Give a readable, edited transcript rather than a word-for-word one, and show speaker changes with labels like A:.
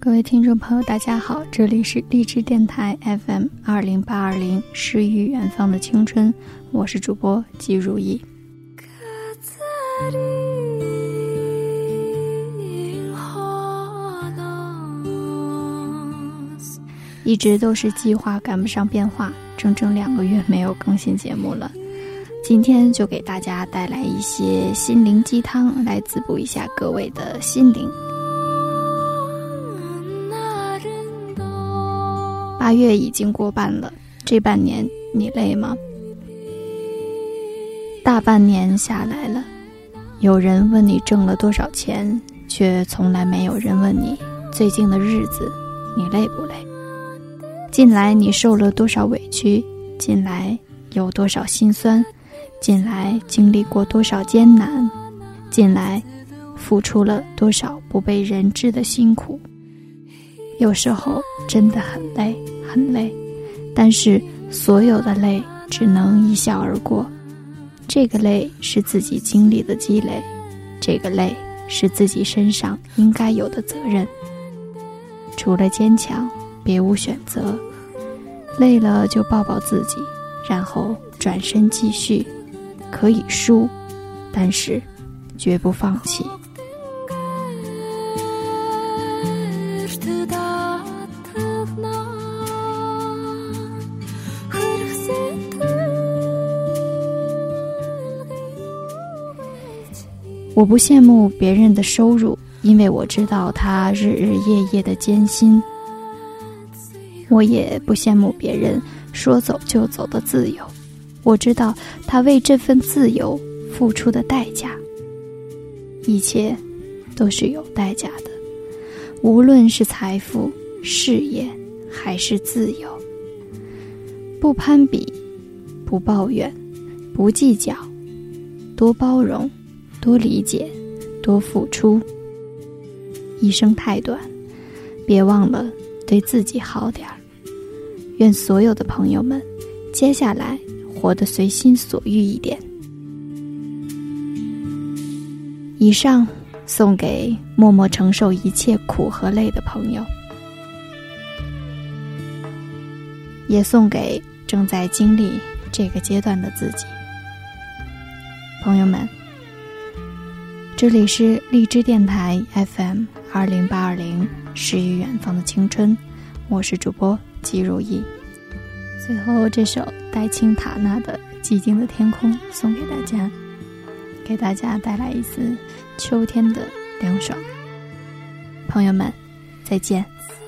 A: 各位听众朋友大家好，这里是荔枝电台 FM 20820诗与远方的青春，我是主播季如意。一直都是计划赶不上变化，整整2个月没有更新节目了。今天就给大家带来一些心灵鸡汤，来滋补一下各位的心灵。8月已经过半了，这半年你累吗？大半年下来了，有人问你挣了多少钱，却从来没有人问你最近的日子你累不累。近来你受了多少委屈，近来有多少心酸，近来经历过多少艰难，近来付出了多少不被人知的辛苦。有时候真的很累很累，但是所有的累只能一笑而过。这个累是自己经历的积累，这个累是自己身上应该有的责任。除了坚强别无选择，累了就抱抱自己，然后转身继续。可以输，但是绝不放弃。我不羡慕别人的收入，因为我知道他日日夜夜的艰辛。我也不羡慕别人说走就走的自由，我知道他为这份自由付出的代价。一切都是有代价的，无论是财富、事业还是自由。不攀比，不抱怨，不计较，多包容，多理解，多付出。一生太短，别忘了对自己好点儿。愿所有的朋友们接下来活得随心所欲一点。以上送给默默承受一切苦和累的朋友，也送给正在经历这个阶段的自己。朋友们，这里是荔枝电台 FM 20820诗与远方的青春，我是主播季如意。最后这首戴青塔纳的《寂静的天空》送给大家，给大家带来一丝秋天的凉爽。朋友们，再见。